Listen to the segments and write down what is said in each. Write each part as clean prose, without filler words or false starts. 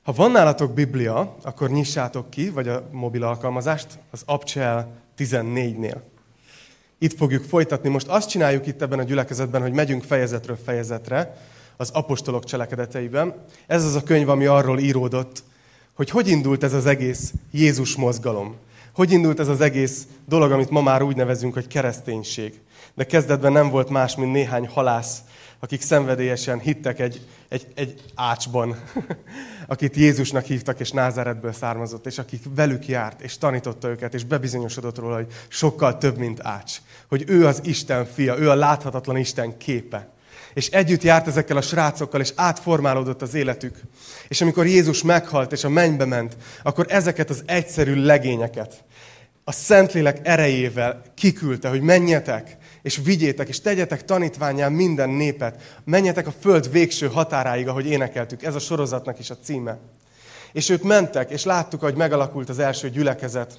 Ha van nálatok Biblia, akkor nyissátok ki, vagy a mobil alkalmazást, az Abcsel 14-nél. Itt fogjuk folytatni. Most azt csináljuk itt ebben a gyülekezetben, hogy megyünk fejezetről fejezetre az apostolok cselekedeteiben. Ez az a könyv, ami arról íródott, hogy indult ez az egész Jézus mozgalom. Hogy indult ez az egész dolog, amit ma már úgy nevezünk, hogy kereszténység. De kezdetben nem volt más, mint néhány halász, akik szenvedélyesen hittek egy ácsban, akit Jézusnak hívtak, és Názáretből származott, és akik velük járt, és tanította őket, és bebizonyosodott róla, hogy sokkal több, mint ács. Hogy ő az Isten fia, ő a láthatatlan Isten képe. És együtt járt ezekkel a srácokkal, és átformálódott az életük. És amikor Jézus meghalt, és a mennybe ment, akkor ezeket az egyszerű legényeket a Szentlélek erejével kiküldte, hogy menjetek, és vigyétek, és tegyetek tanítvánnyá minden népet. Menjetek a föld végső határáig, ahogy énekeltük. Ez a sorozatnak is a címe. És ők mentek, és láttuk, hogy megalakult az első gyülekezet.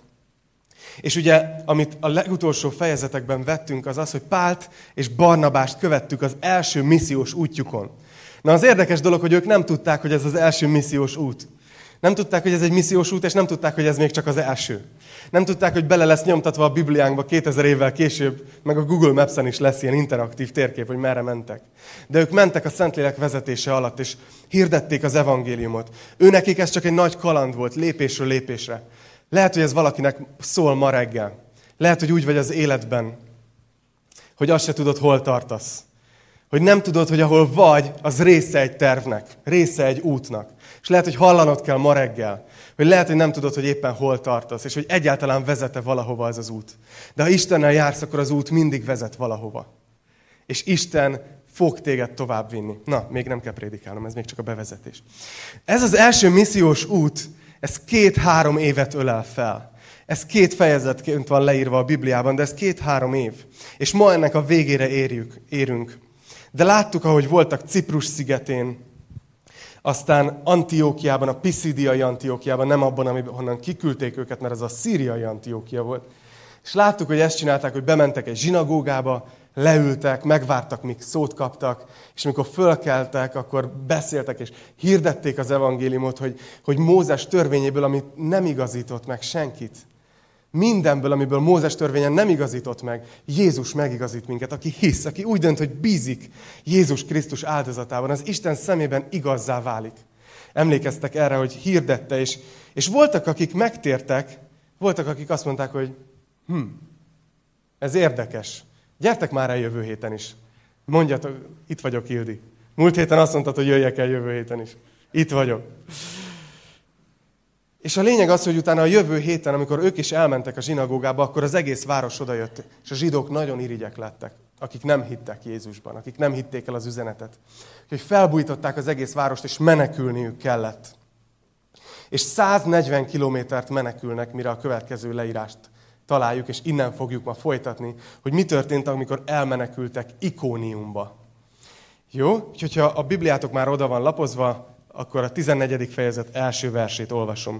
És ugye, amit a legutolsó fejezetekben vettünk, az az, hogy Pált és Barnabást követtük az első missziós útjukon. Na az érdekes dolog, hogy ők nem tudták, hogy ez az első missziós út. Nem tudták, hogy ez egy missziós út, és nem tudták, hogy ez még csak az első. Nem tudták, hogy bele lesz nyomtatva a Bibliánkba 2000 évvel később, meg a Google Maps-en is lesz ilyen interaktív térkép, hogy merre mentek. De ők mentek a Szentlélek vezetése alatt, és hirdették az evangéliumot. Őnekik ez csak egy nagy kaland volt, lépésről lépésre. Lehet, hogy ez valakinek szól ma reggel. Lehet, hogy úgy vagy az életben, hogy azt se tudod, hol tartasz. Hogy nem tudod, hogy ahol vagy, az része egy tervnek, része egy útnak. És lehet, hogy hallanod kell ma reggel, hogy lehet, hogy nem tudod, hogy éppen hol tartasz, és hogy egyáltalán vezet-e valahova az út. De ha Istennel jársz, akkor az út mindig vezet valahova. És Isten fog téged tovább vinni. Na, még nem kell prédikálnom, ez még csak a bevezetés. Ez az első missziós út, ez 2-3 évet ölel fel. Ez 2 fejezetként van leírva a Bibliában, de ez 2-3 év. És ma ennek a végére érünk. De láttuk, ahogy voltak Ciprus szigetén, aztán Antiókiában, a Pisidiai Antiókiában, nem abban, ahonnan kiküldték őket, mert ez a szíriai Antiókia volt. És láttuk, hogy ezt csinálták, hogy bementek egy zsinagógába, leültek, megvártak, míg szót kaptak, és amikor fölkeltek, akkor beszéltek, és hirdették az evangéliumot, hogy Mózes törvényéből, amit nem igazított meg senkit, mindenből, amiből Mózes törvényen nem igazított meg, Jézus megigazít minket, aki hisz, aki úgy dönt, hogy bízik Jézus Krisztus áldozatában, az Isten szemében igazzá válik. Emlékeztek erre, hogy hirdette, és voltak, akik megtértek, voltak, akik azt mondták, hogy ez érdekes. Gyertek már el jövő héten is. Mondjatok, itt vagyok, Ildi. Múlt héten azt mondtad, hogy jöjjek el jövő héten is. Itt vagyok. És a lényeg az, hogy utána a jövő héten, amikor ők is elmentek a zsinagógába, akkor az egész város odajött, és a zsidók nagyon irigyek lettek, akik nem hittek Jézusban, akik nem hitték el az üzenetet. Úgyhogy felbújtották az egész várost, és menekülniük kellett. És 140 kilométert menekülnek, mire a következő leírást találjuk, és innen fogjuk ma folytatni, hogy mi történt, amikor elmenekültek Ikóniumba. Jó? Úgyhogy ha a Bibliátok már oda van lapozva, akkor a 14. fejezet első versét olvasom.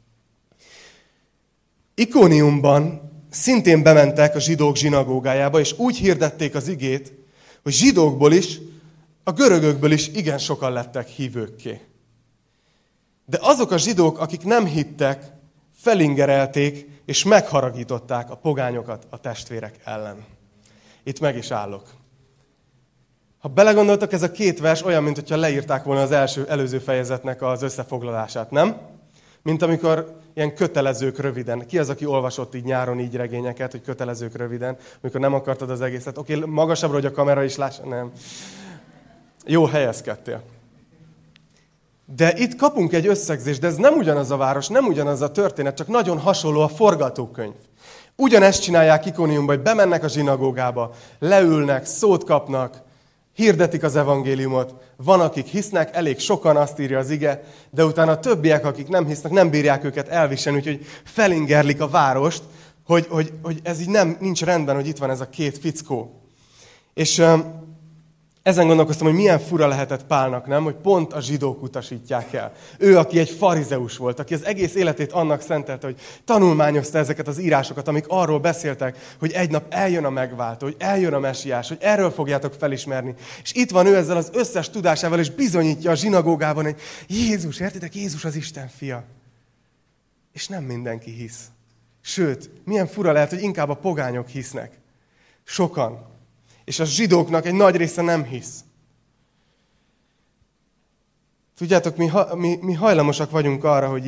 Ikóniumban szintén bementek a zsidók zsinagógájába, és úgy hirdették az igét, hogy zsidókból is, a görögökből is igen sokan lettek hívőkké. De azok a zsidók, akik nem hittek, felingerelték, és megharagították a pogányokat a testvérek ellen. Itt meg is állok. Ha belegondoltak, ez a 2 vers olyan, mint hogyha leírták volna az előző fejezetnek az összefoglalását, nem? Mint amikor ilyen kötelezők röviden. Ki az, aki olvasott így nyáron így regényeket, hogy kötelezők röviden, amikor nem akartad az egészet? Oké, magasabbra, hogy a kamera is lássa? Nem. Jó, helyezkedtél. De itt kapunk egy összegzést, de ez nem ugyanaz a város, nem ugyanaz a történet, csak nagyon hasonló a forgatókönyv. Ugyanezt csinálják Ikóniumban, hogy bemennek a zsinagógába, leülnek, szót kapnak, hirdetik az evangéliumot, van, akik hisznek, elég sokan, azt írja az ige, de utána a többiek, akik nem hisznek, nem bírják őket elviselni, úgyhogy felingerlik a várost, hogy ez így nincs rendben, hogy itt van ez a 2 fickó. És Ezen gondolkoztam, hogy milyen fura lehetett Pálnak, nem? Hogy pont a zsidók utasítják el. Ő, aki egy farizeus volt, aki az egész életét annak szentelte, hogy tanulmányozta ezeket az írásokat, amik arról beszéltek, hogy egy nap eljön a megváltó, hogy eljön a mesiás, hogy erről fogjátok felismerni. És itt van ő ezzel az összes tudásával, és bizonyítja a zsinagógában, hogy Jézus, értitek? Jézus az Isten fia. És nem mindenki hisz. Sőt, milyen fura lehet, hogy inkább a pogányok hisznek. Sokan. És a zsidóknak egy nagy része nem hisz. Tudjátok, mi hajlamosak vagyunk arra, hogy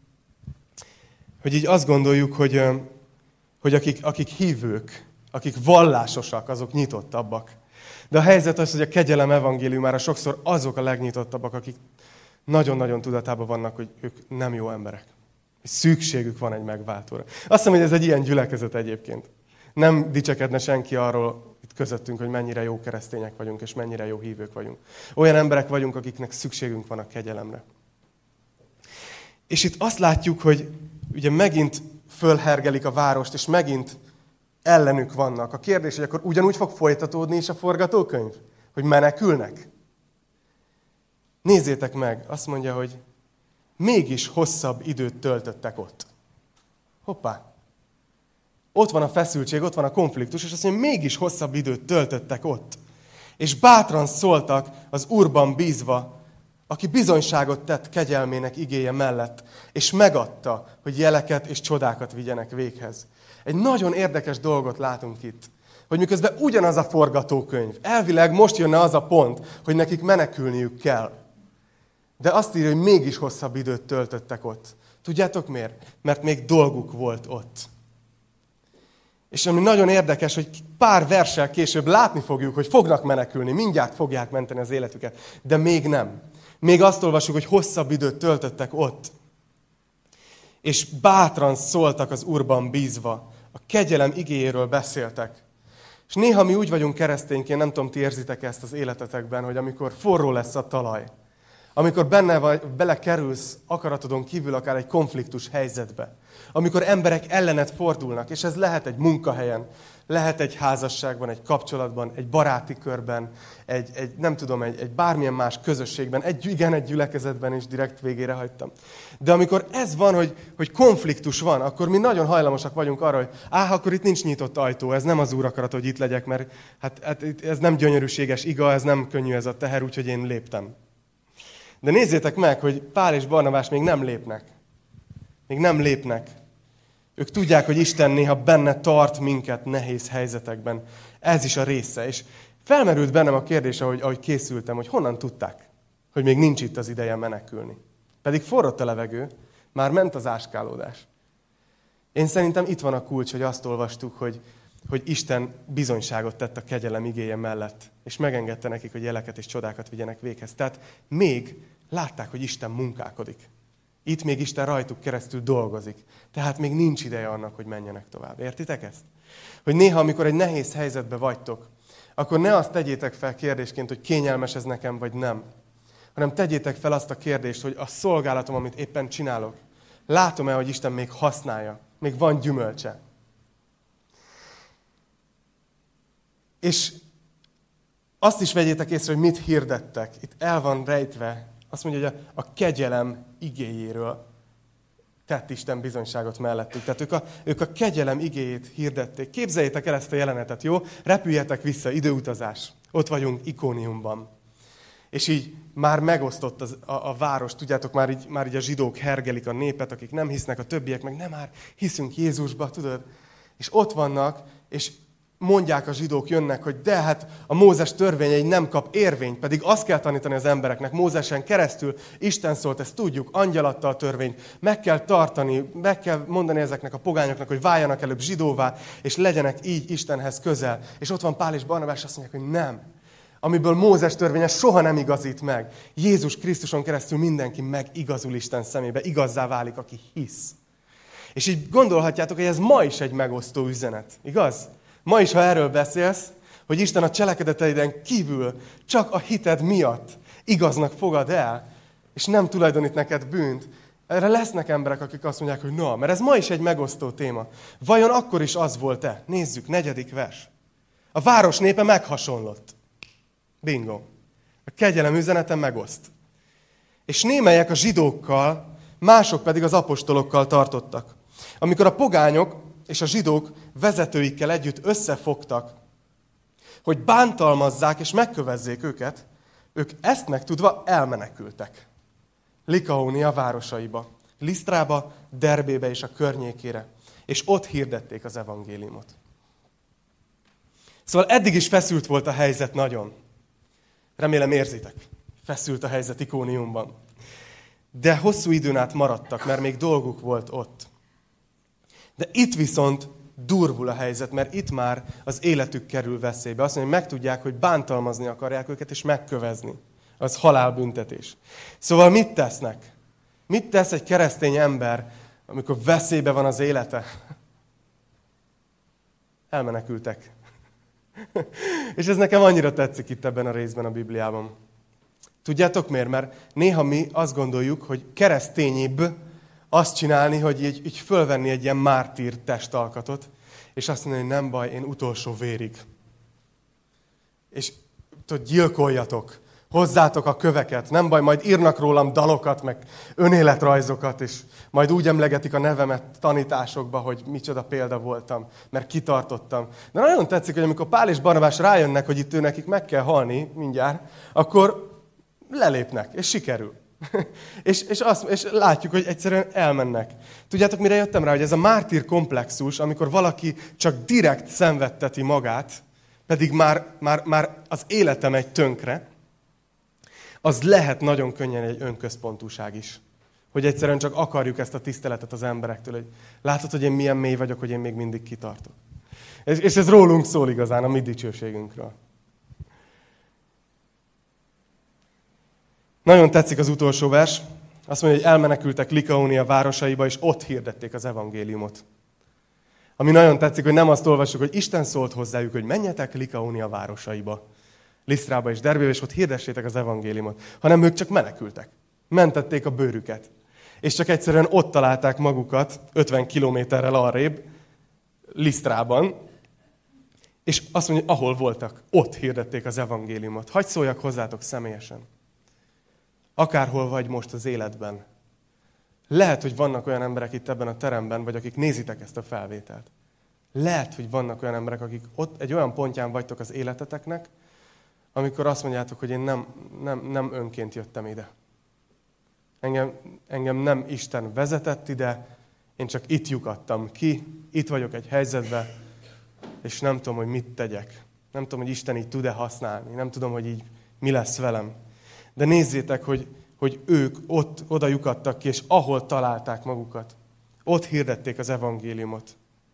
így azt gondoljuk, hogy akik hívők, akik vallásosak, azok nyitottabbak. De a helyzet az, hogy a kegyelem evangéliumára sokszor azok a legnyitottabbak, akik nagyon-nagyon tudatában vannak, hogy ők nem jó emberek. És szükségük van egy megváltóra. Azt hiszem, hogy ez egy ilyen gyülekezet egyébként. Nem dicsekedne senki arról itt közöttünk, hogy mennyire jó keresztények vagyunk, és mennyire jó hívők vagyunk. Olyan emberek vagyunk, akiknek szükségünk van a kegyelemre. És itt azt látjuk, hogy ugye megint fölhergelik a várost, és megint ellenük vannak. A kérdés, hogy akkor ugyanúgy fog folytatódni is a forgatókönyv? Hogy menekülnek? Nézzétek meg, azt mondja, hogy mégis hosszabb időt töltöttek ott. Hoppá! Ott van a feszültség, ott van a konfliktus, és azt mondja, mégis hosszabb időt töltöttek ott. És bátran szóltak az Úrban bízva, aki bizonyságot tett kegyelmének igéje mellett, és megadta, hogy jeleket és csodákat vigyenek véghez. Egy nagyon érdekes dolgot látunk itt, hogy miközben ugyanaz a forgatókönyv, elvileg most jönne az a pont, hogy nekik menekülniük kell. De azt írja, hogy mégis hosszabb időt töltöttek ott. Tudjátok miért? Mert még dolguk volt ott. És ami nagyon érdekes, hogy pár verssel később látni fogjuk, hogy fognak menekülni, mindjárt fogják menteni az életüket, de még nem. Még azt olvasjuk, hogy hosszabb időt töltöttek ott. És bátran szóltak az Úrban bízva, a kegyelem igéjéről beszéltek. És néha mi úgy vagyunk keresztényként, nem tudom, ti érzitek ezt az életetekben, hogy amikor forró lesz a talaj, amikor belekerülsz akaratodon kívül akár egy konfliktus helyzetbe, amikor emberek ellened fordulnak, és ez lehet egy munkahelyen, lehet egy házasságban, egy kapcsolatban, egy baráti körben, egy bármilyen más közösségben, egy gyülekezetben is direkt végére hagytam. De amikor ez van, hogy konfliktus van, akkor mi nagyon hajlamosak vagyunk arra, hogy akkor itt nincs nyitott ajtó, ez nem az Úr akarat, hogy itt legyek, mert hát ez nem gyönyörűséges iga, ez nem könnyű ez a teher, úgyhogy én léptem. De nézzétek meg, hogy Pál és Barnabás még nem lépnek. Még nem lépnek. Ők tudják, hogy Isten néha benne tart minket nehéz helyzetekben. Ez is a része. És felmerült bennem a kérdés, ahogy készültem, hogy honnan tudták, hogy még nincs itt az ideje menekülni. Pedig forrott a levegő, már ment az áskálódás. Én szerintem itt van a kulcs, hogy azt olvastuk, hogy Isten bizonyságot tett a kegyelem igéje mellett, és megengedte nekik, hogy jeleket és csodákat vigyenek véghez. Tehát még látták, hogy Isten munkálkodik. Itt még Isten rajtuk keresztül dolgozik. Tehát még nincs ideje annak, hogy menjenek tovább. Értitek ezt? Hogy néha, amikor egy nehéz helyzetbe vagytok, akkor ne azt tegyétek fel kérdésként, hogy kényelmes ez nekem, vagy nem. Hanem tegyétek fel azt a kérdést, hogy a szolgálatom, amit éppen csinálok, látom-e, hogy Isten még használja, még van gyümölcse. És azt is vegyétek észre, hogy mit hirdettek. Itt el van rejtve, azt mondja, hogy a kegyelem igéjéről tett Isten bizonyságot mellettük. Tehát ők a kegyelem igéjét hirdették. Képzeljétek el ezt a jelenetet, jó? Repüljetek vissza, időutazás. Ott vagyunk Ikóniumban. És így már megosztott a város, tudjátok, már így a zsidók hergelik a népet, akik nem hisznek, a többiek meg nem már hiszünk Jézusba, tudod? És ott vannak, és mondják a zsidók, jönnek, hogy de hát a Mózes törvényei nem kap érvényt, pedig azt kell tanítani az embereknek. Mózesen keresztül Isten szólt, ezt tudjuk, angyal adta a törvényt, meg kell tartani, meg kell mondani ezeknek a pogányoknak, hogy váljanak előbb zsidóvá, és legyenek így Istenhez közel. És ott van Pál és Barnabás, azt mondják, hogy nem. Amiből Mózes törvénye soha nem igazít meg. Jézus Krisztuson keresztül mindenki megigazul Isten szemébe, igazzá válik, aki hisz. És így gondolhatjátok, hogy ez ma is egy megosztó üzenet, igaz? Ma is, ha erről beszélsz, hogy Isten a cselekedeteiden kívül csak a hited miatt igaznak fogad el, és nem tulajdonít neked bűnt, erre lesznek emberek, akik azt mondják, hogy no, mert ez ma is egy megosztó téma. Vajon akkor is az volt-e? Nézzük, 4. vers. A város népe meghasonlott. Bingo. A kegyelem üzenete megoszt. És némelyek a zsidókkal, mások pedig az apostolokkal tartottak. Amikor a pogányok és a zsidók vezetőikkel együtt összefogtak, hogy bántalmazzák és megkövezzék őket, ők ezt megtudva elmenekültek. Likaónia városaiba, Lisztrába, Derbébe és a környékére. És ott hirdették az evangéliumot. Szóval eddig is feszült volt a helyzet nagyon. Remélem érzitek. Feszült a helyzet Ikóniumban. De hosszú időn át maradtak, mert még dolguk volt ott. De itt viszont durvul a helyzet, mert itt már az életük kerül veszélybe. Azt mondja, hogy megtudják, hogy bántalmazni akarják őket, és megkövezni. Az halálbüntetés. Szóval mit tesznek? Mit tesz egy keresztény ember, amikor veszélybe van az élete? Elmenekültek. És ez nekem annyira tetszik itt ebben a részben a Bibliában. Tudjátok miért? Mert néha mi azt gondoljuk, hogy keresztényibb azt csinálni, hogy így fölvenni egy ilyen mártír testalkatot, és azt mondani, hogy nem baj, én utolsó vérig. És gyilkoljatok, hozzátok a köveket, nem baj, majd írnak rólam dalokat, meg önéletrajzokat, és majd úgy emlegetik a nevemet tanításokba, hogy micsoda példa voltam, mert kitartottam. De nagyon tetszik, hogy amikor Pál és Barnabás rájönnek, hogy itt nekik meg kell halni mindjárt, akkor lelépnek, és sikerül. és látjuk, hogy egyszerűen elmennek. Tudjátok, mire jöttem rá, hogy ez a mártír komplexus, amikor valaki csak direkt szenvedteti magát, pedig már az élete megy tönkre, az lehet nagyon könnyen egy önközpontúság is. Hogy egyszerűen csak akarjuk ezt a tiszteletet az emberektől, hogy látod, hogy én milyen mély vagyok, hogy én még mindig kitartok. És ez rólunk szól igazán, a mi dicsőségünkről. Nagyon tetszik az utolsó vers. Azt mondja, hogy elmenekültek Likaónia városaiba, és ott hirdették az evangéliumot. Ami nagyon tetszik, hogy nem azt olvassuk, hogy Isten szólt hozzájuk, hogy menjetek Likaónia városaiba, Lisztrába és Derbébe, és ott hirdessétek az evangéliumot, hanem ők csak menekültek. Mentették a bőrüket. És csak egyszerűen ott találták magukat, 50 kilométerrel arrébb, Lisztrában, és azt mondja, ahol voltak, ott hirdették az evangéliumot. Hadd szóljak hozzátok személyesen. Akárhol vagy most az életben. Lehet, hogy vannak olyan emberek itt ebben a teremben, vagy akik nézitek ezt a felvételt. Lehet, hogy vannak olyan emberek, akik ott egy olyan pontján vagytok az életeteknek, amikor azt mondjátok, hogy én nem önként jöttem ide. Engem nem Isten vezetett ide, én csak itt lyukadtam ki, itt vagyok egy helyzetben, és nem tudom, hogy mit tegyek. Nem tudom, hogy Isten így tud-e használni, nem tudom, hogy így mi lesz velem. De nézzétek, hogy ők oda lyukadtak ki, és ahol találták magukat, ott hirdették az evangéliumot.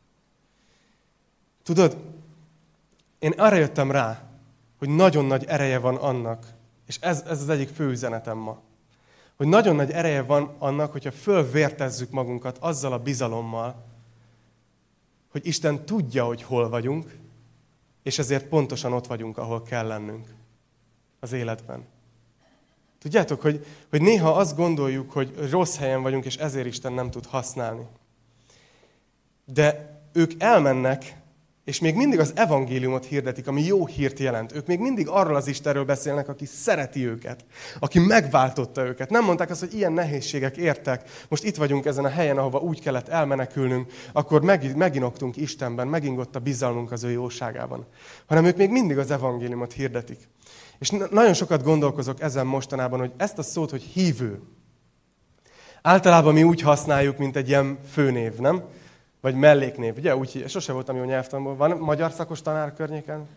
Tudod, én arra jöttem rá, hogy nagyon nagy ereje van annak, és ez az egyik fő üzenetem ma, hogy nagyon nagy ereje van annak, hogyha fölvértezzük magunkat azzal a bizalommal, hogy Isten tudja, hogy hol vagyunk, és ezért pontosan ott vagyunk, ahol kell lennünk az életben. Tudjátok, hogy néha azt gondoljuk, hogy rossz helyen vagyunk, és ezért Isten nem tud használni. De ők elmennek, és még mindig az evangéliumot hirdetik, ami jó hírt jelent. Ők még mindig arról az Istenről beszélnek, aki szereti őket, aki megváltotta őket. Nem mondták azt, hogy ilyen nehézségek értek, most itt vagyunk ezen a helyen, ahova úgy kellett elmenekülnünk, akkor meginoktunk Istenben, megingott a bizalmunk az ő jóságában. Hanem ők még mindig az evangéliumot hirdetik. És nagyon sokat gondolkozok ezen mostanában, hogy ezt a szót, hogy hívő. Általában mi úgy használjuk, mint egy ilyen főnév, nem? Vagy melléknév, ugye? Úgy, sose voltam jó nyelvtanból. Van magyar szakos tanár környéken?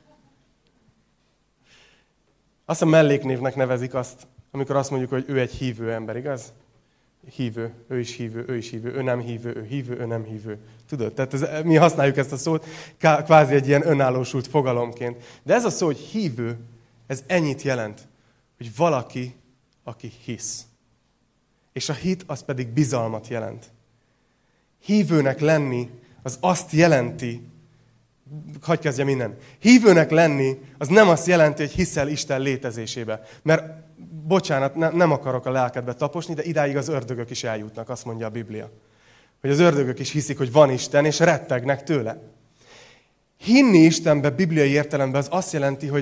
Azt a melléknévnek nevezik azt, amikor azt mondjuk, hogy ő egy hívő ember, igaz? Hívő, ő is hívő, ő is hívő, ő nem hívő, ő nem hívő. Tudod? Tehát mi használjuk ezt a szót kvázi egy ilyen önállósult fogalomként. De ez a szó, hogy hívő, ez ennyit jelent, hogy valaki, aki hisz. És a hit az pedig bizalmat jelent. Hívőnek lenni, az azt jelenti, hadd kezdjem innen, hívőnek lenni, az nem azt jelenti, hogy hiszel Isten létezésébe. Mert, bocsánat, nem akarok a lelkedbe taposni, de idáig az ördögök is eljutnak, azt mondja a Biblia. Hogy az ördögök is hiszik, hogy van Isten, és rettegnek tőle. Hinni Istenbe bibliai értelemben az azt jelenti,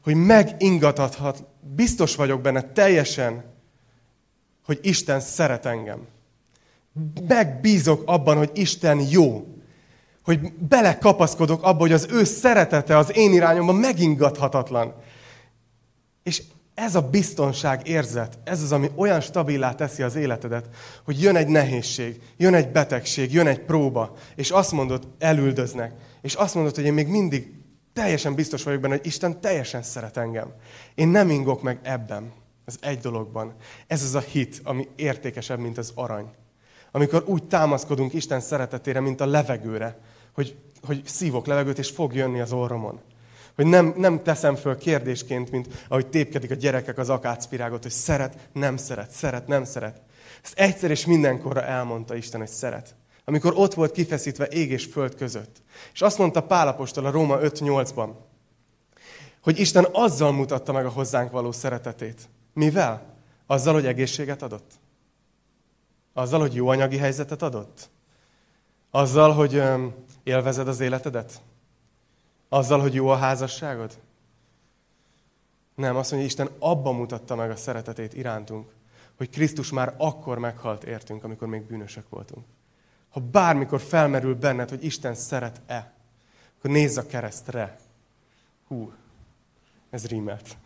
hogy megingathat, biztos vagyok benne teljesen, hogy Isten szeret engem. Megbízok abban, hogy Isten jó. Hogy belekapaszkodok abba, hogy az ő szeretete az én irányomban megingathatatlan. És ez a biztonság érzet, ez az, ami olyan stabilá teszi az életedet, hogy jön egy nehézség, jön egy betegség, jön egy próba, és azt mondod, elüldöznek, és azt mondod, hogy én még mindig teljesen biztos vagyok benne, hogy Isten teljesen szeret engem. Én nem ingok meg ebben, az egy dologban. Ez az a hit, ami értékesebb, mint az arany. Amikor úgy támaszkodunk Isten szeretetére, mint a levegőre, hogy szívok levegőt, és fog jönni az orromon. Hogy nem teszem föl kérdésként, mint ahogy tépkedik a gyerekek az akácvirágot, hogy szeret, nem szeret, szeret, nem szeret. Ezt egyszer és mindenkorra elmondta Isten, hogy szeret. Amikor ott volt kifeszítve ég és föld között. És azt mondta Pál apostol a Róma 5:8-ban, hogy Isten azzal mutatta meg a hozzánk való szeretetét. Mivel? Azzal, hogy egészséget adott? Azzal, hogy jó anyagi helyzetet adott? Azzal, hogy élvezed az életedet? Azzal, hogy jó a házasságod? Nem, azt mondja, Isten abban mutatta meg a szeretetét irántunk, hogy Krisztus már akkor meghalt értünk, amikor még bűnösök voltunk. Ha bármikor felmerül benned, hogy Isten szeret-e, akkor nézz a keresztre. Hú, ez rímelt.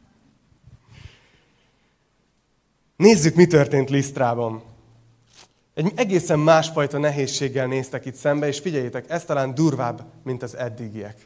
Nézzük, mi történt Lisztrában. Egy egészen másfajta nehézséggel néztek itt szembe, és figyeljétek, ez talán durvább, mint az eddigiek.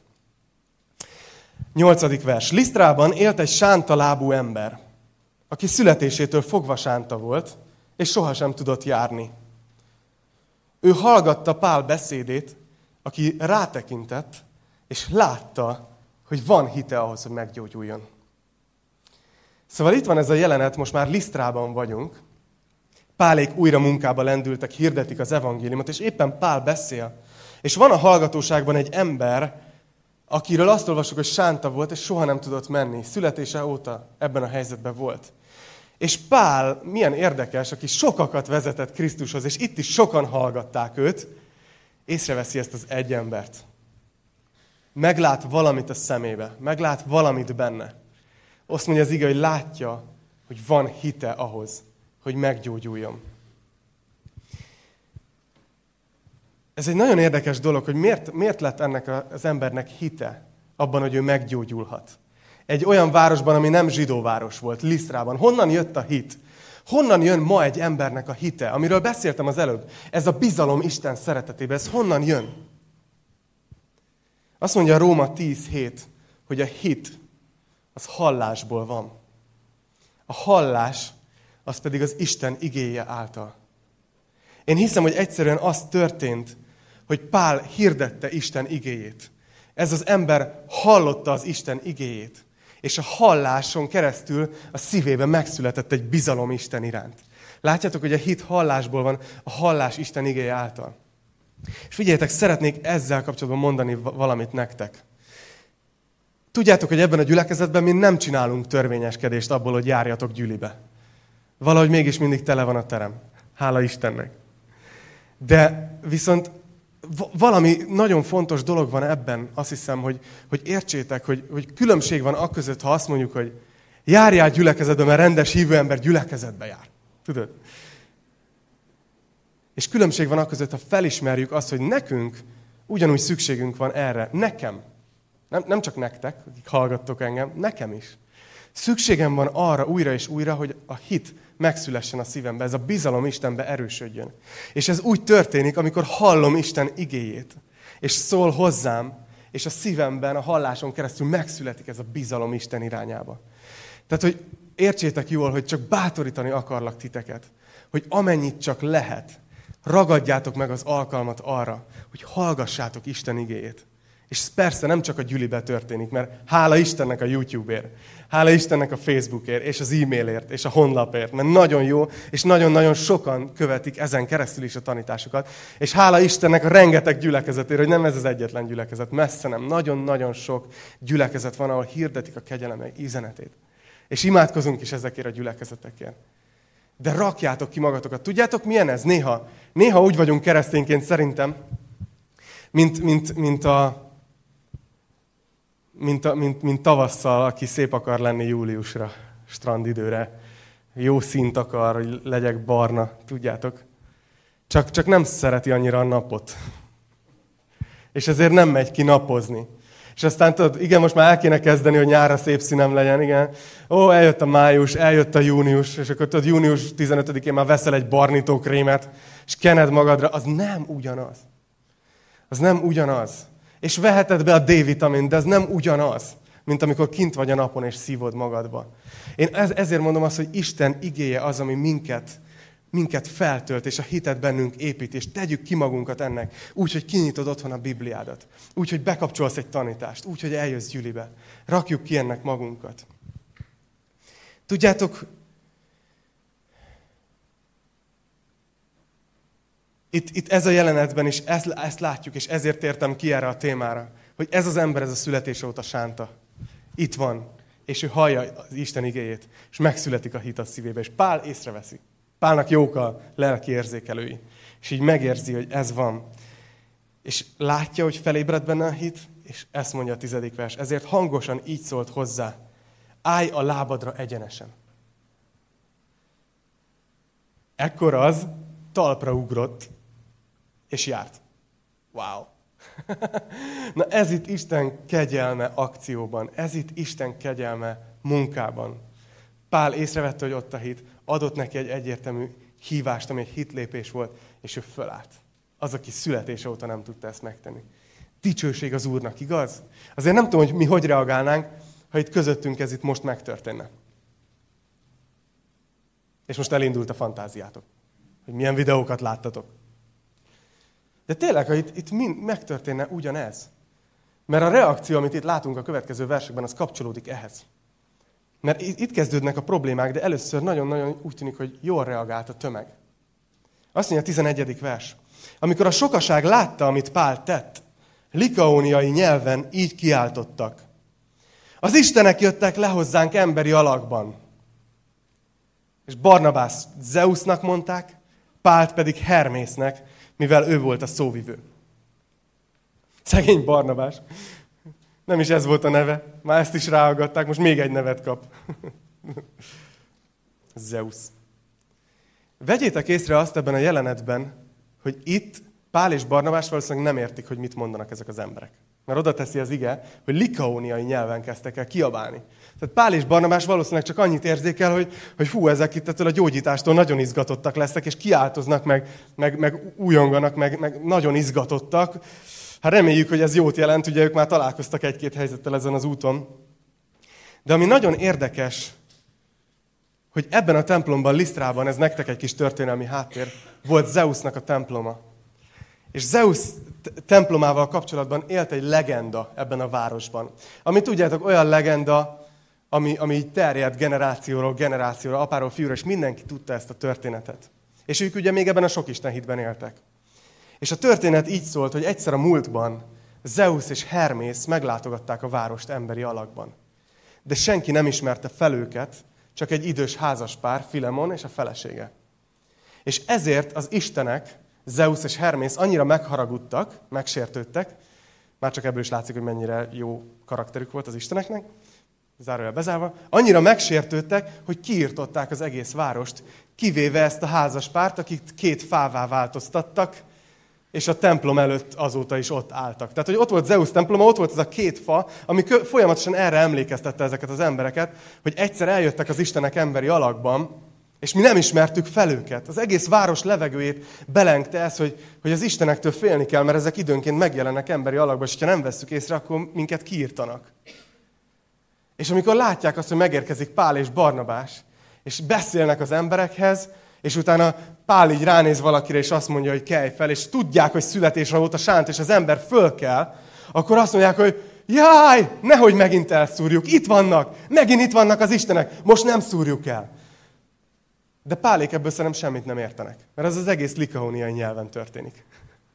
8. vers. Lisztrában élt egy sántalábú ember, aki születésétől fogva sánta volt, és sohasem tudott járni. Ő hallgatta Pál beszédét, aki rátekintett, és látta, hogy van hite ahhoz, hogy meggyógyuljon. Szóval itt van ez a jelenet, most már Lisztrában vagyunk. Pálék újra munkába lendültek, hirdetik az evangéliumot, és éppen Pál beszél. És van a hallgatóságban egy ember, akiről azt olvasjuk, hogy sánta volt, és soha nem tudott menni. Születése óta ebben a helyzetben volt. És Pál, milyen érdekes, aki sokakat vezetett Krisztushoz, és itt is sokan hallgatták őt, észreveszi ezt az egy embert. Meglát valamit a szemébe, meglát valamit benne. Azt mondja az ige, hogy látja, hogy van hite ahhoz, hogy meggyógyuljon. Ez egy nagyon érdekes dolog, hogy miért lett ennek az embernek hite abban, hogy ő meggyógyulhat. Egy olyan városban, ami nem zsidó város volt, Lisztrában. Honnan jött a hit? Honnan jön ma egy embernek a hite? Amiről beszéltem az előbb. Ez a bizalom Isten szeretetében. Ez honnan jön? Azt mondja a Róma 10:7, hogy a hit az hallásból van. A hallás az pedig az Isten igéje által. Én hiszem, hogy egyszerűen az történt, hogy Pál hirdette Isten igéjét. Ez az ember hallotta az Isten igéjét, és a halláson keresztül a szívében megszületett egy bizalom Isten iránt. Látjátok, hogy a hit hallásból van, a hallás Isten igéje által. És figyeljetek, szeretnék ezzel kapcsolatban mondani valamit nektek. Tudjátok, hogy ebben a gyülekezetben mi nem csinálunk törvényeskedést abból, hogy járjatok gyülibe. Valahogy mégis mindig tele van a terem. Hála Istennek. De viszont valami nagyon fontos dolog van ebben, azt hiszem, hogy értsétek, hogy különbség van akközött, ha azt mondjuk, hogy járjál gyülekezetbe, mert rendes hívő ember gyülekezetbe jár. Tudod? És különbség van akközött, ha felismerjük azt, hogy nekünk ugyanúgy szükségünk van erre. Nekem. Nem csak nektek, akik hallgattok engem, nekem is. Szükségem van arra újra és újra, hogy a hit megszülessen a szívembe, ez a bizalom Istenbe erősödjön. És ez úgy történik, amikor hallom Isten igéjét, és szól hozzám, és a szívemben, a halláson keresztül megszületik ez a bizalom Isten irányába. Tehát, hogy értsétek jól, hogy csak bátorítani akarlak titeket, hogy amennyit csak lehet, ragadjátok meg az alkalmat arra, hogy hallgassátok Isten igéjét. És persze nem csak a gyülibe történik, mert hála Istennek a YouTube-ért, hála Istennek a Facebookért, és az e-mailért, és a honlapért, mert nagyon jó, és nagyon-nagyon sokan követik ezen keresztül is a tanításokat. És hála Istennek a rengeteg gyülekezetért, hogy nem ez az egyetlen gyülekezet, messze nem. Nagyon-nagyon sok gyülekezet van, ahol hirdetik a kegyelem üzenetét. És imádkozunk is ezekért a gyülekezetekért. De rakjátok ki magatokat. Tudjátok, milyen ez? Néha úgy vagyunk keresztényként szerintem, mint mint tavasszal, aki szép akar lenni júliusra, strandidőre. Jó színt akar, hogy legyek barna, tudjátok. Csak nem szereti annyira a napot. És ezért nem megy ki napozni. És aztán tudod, igen, most már el kéne kezdeni, hogy nyárra szép színem legyen, igen. Ó, eljött a május, eljött a június, és akkor tudod, június 15-én már veszel egy barnítókrémet, és kened magadra, az nem ugyanaz. Az nem ugyanaz. És veheted be a D-vitamint, de az nem ugyanaz, mint amikor kint vagy a napon, és szívod magadba. Én ezért mondom azt, hogy Isten igéje az, ami minket feltölt, és a hitet bennünk épít, és tegyük ki magunkat ennek, úgy, hogy kinyitod otthon a Bibliádat, úgy, hogy bekapcsolsz egy tanítást, úgy, hogy eljössz gyülibe. Rakjuk ki ennek magunkat. Tudjátok, itt ez a jelenetben is ezt látjuk, és ezért tértem ki erre a témára, hogy ez az ember, ez a születése óta sánta. Itt van, és ő hallja az Isten igéjét, és megszületik a hit a szívébe, és Pál észreveszi. Pálnak jók a lelki érzékelői, és így megérzi, hogy ez van. És látja, hogy felébred benne a hit, és ezt mondja a 10. vers. Ezért hangosan így szólt hozzá, állj a lábadra egyenesen. Ekkor az talpra ugrott, és járt. Wow! Na ez itt Isten kegyelme akcióban, ez itt Isten kegyelme munkában. Pál észrevette, hogy ott a hit, adott neki egy egyértelmű hívást, ami egy hitlépés volt, és ő fölállt. Az, aki születése óta nem tudta ezt megtenni. Dicsőség az Úrnak, igaz? Azért nem tudom, hogy mi hogy reagálnánk, ha itt közöttünk ez itt most megtörténne. És most elindult a fantáziátok, hogy milyen videókat láttatok. De tényleg, ha itt megtörténne ugyanez. Mert a reakció, amit itt látunk a következő versekben, az kapcsolódik ehhez. Mert itt kezdődnek a problémák, de először nagyon-nagyon úgy tűnik, hogy jól reagált a tömeg. Azt mondja a 11. vers. Amikor a sokaság látta, amit Pál tett, likaóniai nyelven így kiáltottak. Az istenek jöttek le hozzánk emberi alakban. És Barnabást Zeusnak mondták, Pált pedig Hermésznek, mivel ő volt a szóvivő. Szegény Barnabás. Nem is ez volt a neve. Már ezt is ráaggatták, most még egy nevet kap. Zeus. Vegyétek észre azt ebben a jelenetben, hogy itt Pál és Barnabás valószínűleg nem értik, hogy mit mondanak ezek az emberek. Mert oda teszi az ige, hogy likaóniai nyelven kezdtek el kiabálni. Tehát Pál és Barnabás valószínűleg csak annyit érzékel, hogy hú, ezek itt ettől a gyógyítástól nagyon izgatottak lesznek, és kiáltoznak, meg újonganak, meg nagyon izgatottak. Hát reméljük, hogy ez jót jelent, ugye ők már találkoztak egy-két helyzettel ezen az úton. De ami nagyon érdekes, hogy ebben a templomban, Lisztrában, ez nektek egy kis történelmi háttér, volt Zeusnak a temploma. És Zeus templomával kapcsolatban élt egy legenda ebben a városban. Ami tudjátok, olyan legenda, ami így terjed generációról generációra, apáról fiúra, és mindenki tudta ezt a történetet. És ők ugye még ebben a sok istenhitben éltek. És a történet így szólt, hogy egyszer a múltban Zeus és Hermész meglátogatták a várost emberi alakban. De senki nem ismerte fel őket, csak egy idős házaspár, Filemon és a felesége. És ezért az istenek, Zeus és Hermész annyira megharagudtak, megsértődtek, már csak ebből is látszik, hogy mennyire jó karakterük volt az isteneknek, zárójel bezárva, annyira megsértődtek, hogy kiirtották az egész várost, kivéve ezt a házaspárt, akik 2 fává változtattak, és a templom előtt azóta is ott álltak. Tehát, hogy ott volt Zeus temploma, ott volt ez a 2 fa, ami folyamatosan erre emlékeztette ezeket az embereket, hogy egyszer eljöttek az istenek emberi alakban, és mi nem ismertük fel őket. Az egész város levegőjét belengte ez, hogy az istenektől félni kell, mert ezek időnként megjelennek emberi alakban, és ha nem vesszük észre, akkor minket kiírtanak. És amikor látják azt, hogy megérkezik Pál és Barnabás, és beszélnek az emberekhez, és utána Pál így ránéz valakire, és azt mondja, hogy kelj fel, és tudják, hogy születésre volt a sánt, és az ember fölkel, akkor azt mondják, hogy jaj, nehogy megint elszúrjuk, itt vannak, megint itt vannak az istenek, most nem szúrjuk el. De Pálék ebből szerintem semmit nem értenek, mert ez az egész likaóniai nyelven történik.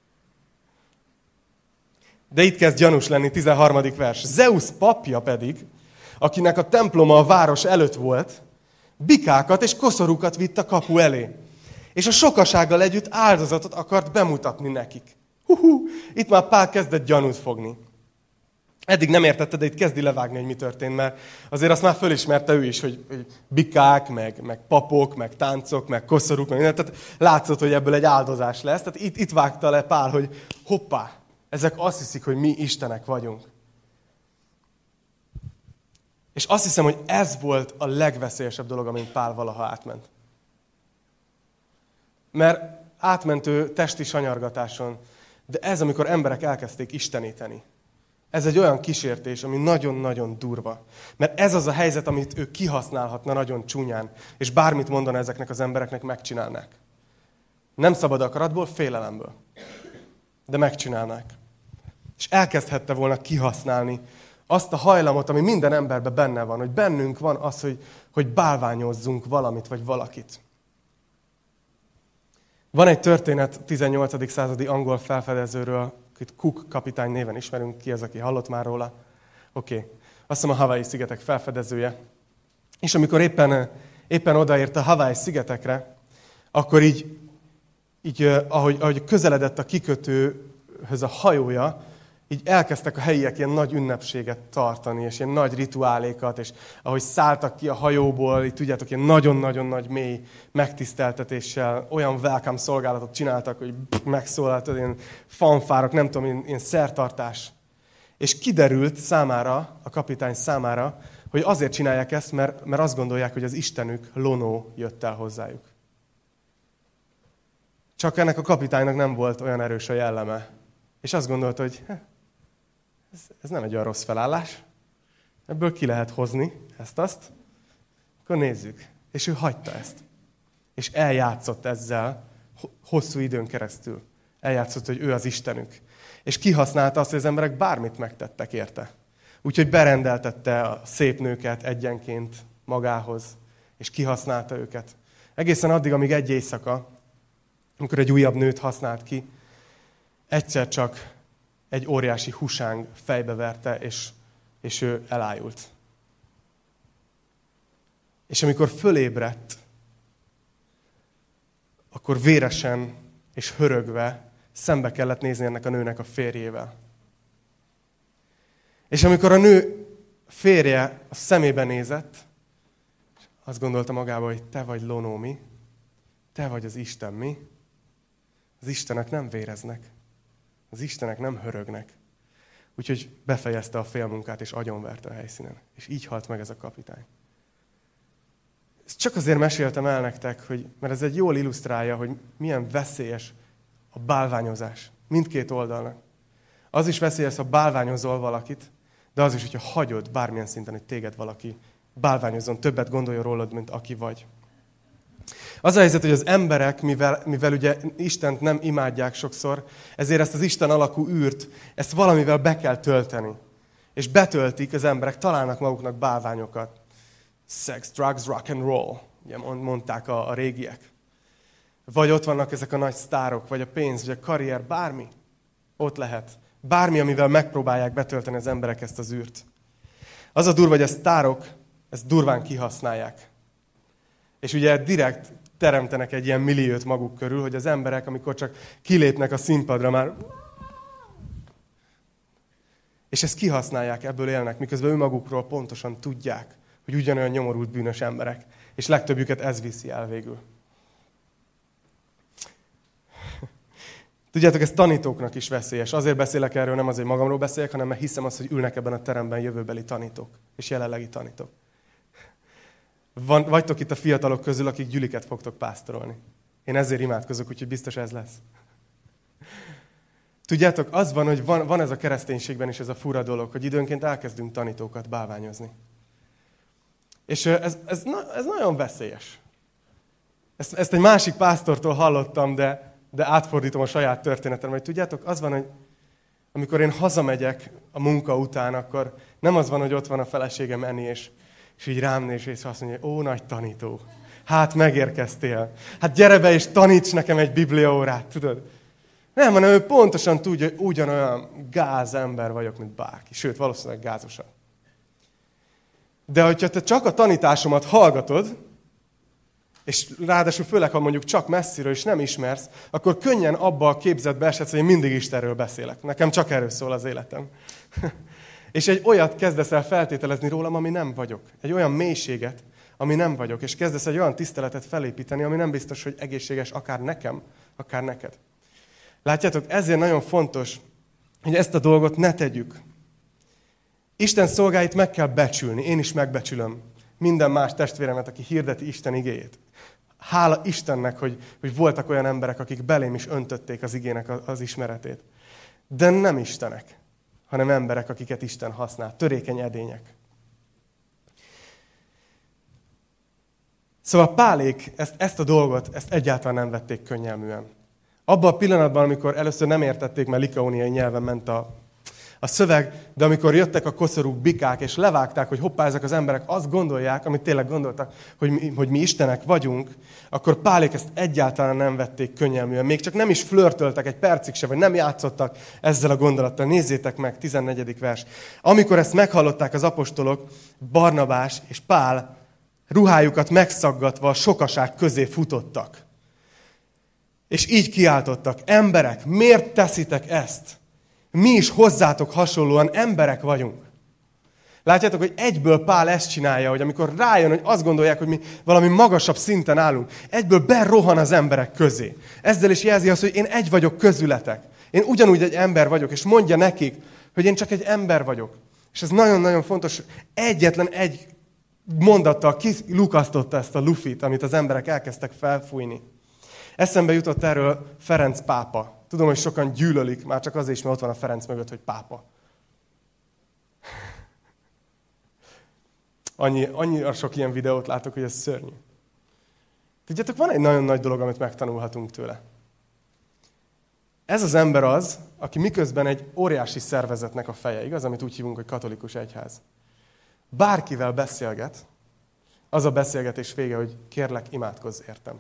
De itt kezd gyanús lenni, 13. vers. Zeus papja pedig, akinek a temploma a város előtt volt, bikákat és koszorúkat vitt a kapu elé. És a sokasággal együtt áldozatot akart bemutatni nekik. Itt már Pál kezdett gyanút fogni. Eddig nem értette, de itt kezdi levágni, hogy mi történt, mert azért azt már fölismerte ő is, hogy bikák, meg papok, meg táncok, meg koszorúk, meg minden. Tehát látszott, hogy ebből egy áldozás lesz. Tehát itt vágta le Pál, hogy hoppá, ezek azt hiszik, hogy mi istenek vagyunk. És azt hiszem, hogy ez volt a legveszélyesebb dolog, amin Pál valaha átment. Mert átment ő testi sanyargatáson, de ez, amikor emberek elkezdték isteníteni. Ez egy olyan kísértés, ami nagyon-nagyon durva. Mert ez az a helyzet, amit ő kihasználhatna nagyon csúnyán, és bármit mondana ezeknek az embereknek, megcsinálnák. Nem szabad akaratból, félelemből. De megcsinálnák. És elkezdhette volna kihasználni azt a hajlamot, ami minden emberben benne van, hogy bennünk van az, hogy bálványozzunk valamit vagy valakit. Van egy történet 18. századi angol felfedezőről, akit Cook kapitány néven ismerünk, ki az, aki hallott már róla. Oké. Azt hiszem a Hawaii-szigetek felfedezője. És amikor éppen odaért a Hawaii-szigetekre, akkor ahogy közeledett a kikötőhöz a hajója, így elkezdtek a helyiek ilyen nagy ünnepséget tartani, és ilyen nagy rituálékat, és ahogy szálltak ki a hajóból, így tudjátok, ilyen nagyon-nagyon nagy mély megtiszteltetéssel, olyan welcome szolgálatot csináltak, hogy megszólaltad, ilyen fanfárok, nem tudom, ilyen szertartás. És kiderült számára, a kapitány számára, hogy azért csinálják ezt, mert azt gondolják, hogy az istenük, Lonó jött el hozzájuk. Csak ennek a kapitánynak nem volt olyan erős a jelleme. És azt gondolta, hogy ez nem egy olyan rossz felállás, ebből ki lehet hozni ezt-azt, akkor nézzük. És ő hagyta ezt. És eljátszott ezzel hosszú időn keresztül. Eljátszott, hogy ő az istenük. És kihasználta azt, hogy az emberek bármit megtettek érte. Úgyhogy berendeltette a szép nőket egyenként magához, és kihasználta őket. Egészen addig, amíg egy éjszaka, amikor egy újabb nőt használt ki, egyszer csak egy óriási husáng fejbe verte, és ő elájult. És amikor fölébredt, akkor véresen és hörögve szembe kellett nézni ennek a nőnek a férjével. És amikor a nő férje a szemébe nézett, azt gondolta magába, hogy te vagy Lonó mi, te vagy az Isten mi. Az Istenek nem véreznek. Az Istenek nem hörögnek. Úgyhogy befejezte a félmunkát, és agyonverte a helyszínen. És így halt meg ez a kapitány. Ezt csak azért meséltem el nektek, mert ez egy jól illusztrálja, hogy milyen veszélyes a bálványozás. Mindkét oldalnak. Az is veszélyes, ha bálványozol valakit, de az is, hogyha hagyod bármilyen szinten, hogy téged valaki bálványozzon, többet gondoljon rólad, mint aki vagy. Az a helyzet, hogy az emberek, mivel ugye Istent nem imádják sokszor, ezért ezt az Isten alakú űrt, ezt valamivel be kell tölteni. És betöltik az emberek, találnak maguknak bálványokat. Sex, drugs, rock and roll, ugye mondták a régiek. Vagy ott vannak ezek a nagy sztárok, vagy a pénz, vagy a karrier, bármi. Ott lehet. Bármi, amivel megpróbálják betölteni az emberek ezt az űrt. Az a durva, hogy a sztárok ezt durván kihasználják. És ugye direkt teremtenek egy ilyen milliót maguk körül, hogy az emberek, amikor csak kilépnek a színpadra már... És ezt kihasználják, ebből élnek, miközben önmagukról pontosan tudják, hogy ugyanolyan nyomorult bűnös emberek. És legtöbbjüket ez viszi el végül. Tudjátok, ez tanítóknak is veszélyes. Azért beszélek erről, nem azért magamról beszélek, hanem mert hiszem azt, hogy ülnek ebben a teremben jövőbeli tanítók. És jelenlegi tanítók. Vagytok itt a fiatalok közül, akik gyüliket fogtok pásztorolni. Én ezért imádkozok, úgyhogy biztos ez lesz. Tudjátok, az van, hogy van ez a kereszténységben is ez a fura dolog, hogy időnként elkezdünk tanítókat bálványozni. És ez nagyon veszélyes. Ezt egy másik pásztortól hallottam, de átfordítom a saját történetemre, hogy tudjátok, az van, hogy amikor én hazamegyek a munka után, akkor nem az van, hogy ott van a feleségem Eni, és így rám néz, és azt mondja, ó, nagy tanító, hát megérkeztél. Hát gyere be és taníts nekem egy bibliaórát, tudod? Nem, hanem ő pontosan tudja, hogy ugyanolyan gáz ember vagyok, mint bárki. Sőt, valószínűleg gázosabb. De hogyha te csak a tanításomat hallgatod, és ráadásul főleg, ha mondjuk csak messziről is nem ismersz, akkor könnyen abba a képzetbe esetsz, hogy én mindig Istenről beszélek. Nekem csak erről szól az életem. És egy olyat kezdesz el feltételezni rólam, ami nem vagyok. Egy olyan mélységet, ami nem vagyok. És kezdesz egy olyan tiszteletet felépíteni, ami nem biztos, hogy egészséges akár nekem, akár neked. Látjátok, ezért nagyon fontos, hogy ezt a dolgot ne tegyük. Isten szolgáit meg kell becsülni. Én is megbecsülöm minden más testvéremet, aki hirdeti Isten igéjét. Hála Istennek, hogy voltak olyan emberek, akik belém is öntötték az igének az ismeretét. De nem istenek, hanem emberek, akiket Isten használ. Törékeny edények. Szóval Pálék ezt a dolgot, ezt egyáltalán nem vették könnyelműen. Abban a pillanatban, amikor először nem értették, mert likaóniai nyelven ment a szöveg, de amikor jöttek a koszorú bikák, és levágták, hogy hoppá, ezek az emberek azt gondolják, amit tényleg gondoltak, hogy mi istenek vagyunk, akkor Pálék ezt egyáltalán nem vették könnyelműen. Még csak nem is flörtöltek egy percig se, vagy nem játszottak ezzel a gondolattal. Nézzétek meg, 14. vers. Amikor ezt meghallották az apostolok, Barnabás és Pál ruhájukat megszaggatva a sokaság közé futottak. És így kiáltottak, emberek, miért teszitek ezt? Mi is hozzátok hasonlóan emberek vagyunk. Látjátok, hogy egyből Pál ezt csinálja, hogy amikor rájön, hogy azt gondolják, hogy mi valami magasabb szinten állunk, egyből berohan az emberek közé. Ezzel is jelzi azt, hogy én egy vagyok közületek. Én ugyanúgy egy ember vagyok, és mondja nekik, hogy én csak egy ember vagyok. És ez nagyon-nagyon fontos, egyetlen egy mondattal kilukasztotta ezt a lufit, amit az emberek elkezdtek felfújni. Eszembe jutott erről Ferenc pápa. Tudom, hogy sokan gyűlölik, már csak azért is, mert ott van a Ferenc mögött, hogy pápa. Annyira sok ilyen videót látok, hogy ez szörnyű. Tudjátok, van egy nagyon nagy dolog, amit megtanulhatunk tőle. Ez az ember az, aki miközben egy óriási szervezetnek a feje, igaz, amit úgy hívunk, hogy katolikus egyház. Bárkivel beszélget, az a beszélgetés vége, hogy kérlek, imádkozz értem.